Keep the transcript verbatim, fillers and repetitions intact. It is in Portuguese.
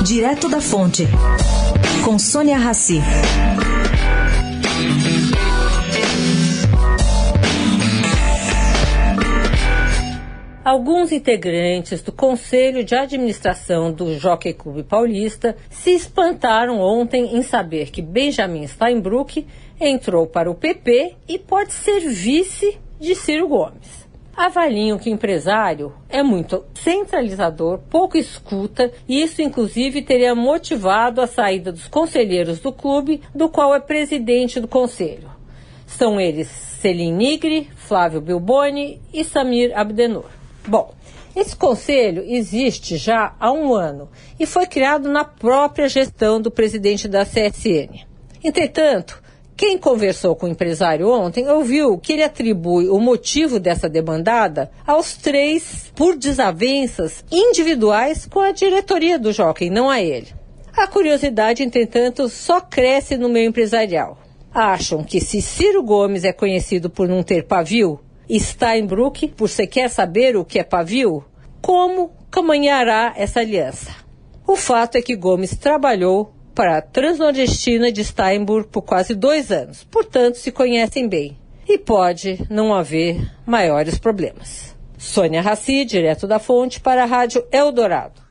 Direto da Fonte, com Sônia Rassi. Alguns integrantes do Conselho de Administração do Jockey Clube Paulista se espantaram ontem em saber que Benjamin Steinbrück entrou para o P P e pode ser vice de Ciro Gomes. Avaliam que o empresário é muito centralizador, pouco escuta, e isso inclusive teria motivado a saída dos conselheiros do clube, do qual é presidente do conselho. São eles Celine Nigri, Flávio Bilboni e Samir Abdennour. Bom, esse conselho existe já há um ano e foi criado na própria gestão do presidente da C S N. Entretanto, quem conversou com o empresário ontem ouviu que ele atribui o motivo dessa demandada aos três por desavenças individuais com a diretoria do Jockey, não a ele. A curiosidade, entretanto, só cresce no meio empresarial. Acham que se Ciro Gomes é conhecido por não ter pavio, Steinbrück, por sequer saber o que é pavio, como caminhará essa aliança? O fato é que Gomes trabalhou para a Transnordestina de Steinbrück por quase dois anos, portanto se conhecem bem e pode não haver maiores problemas. Sônia Rassi, direto da Fonte, para a Rádio Eldorado.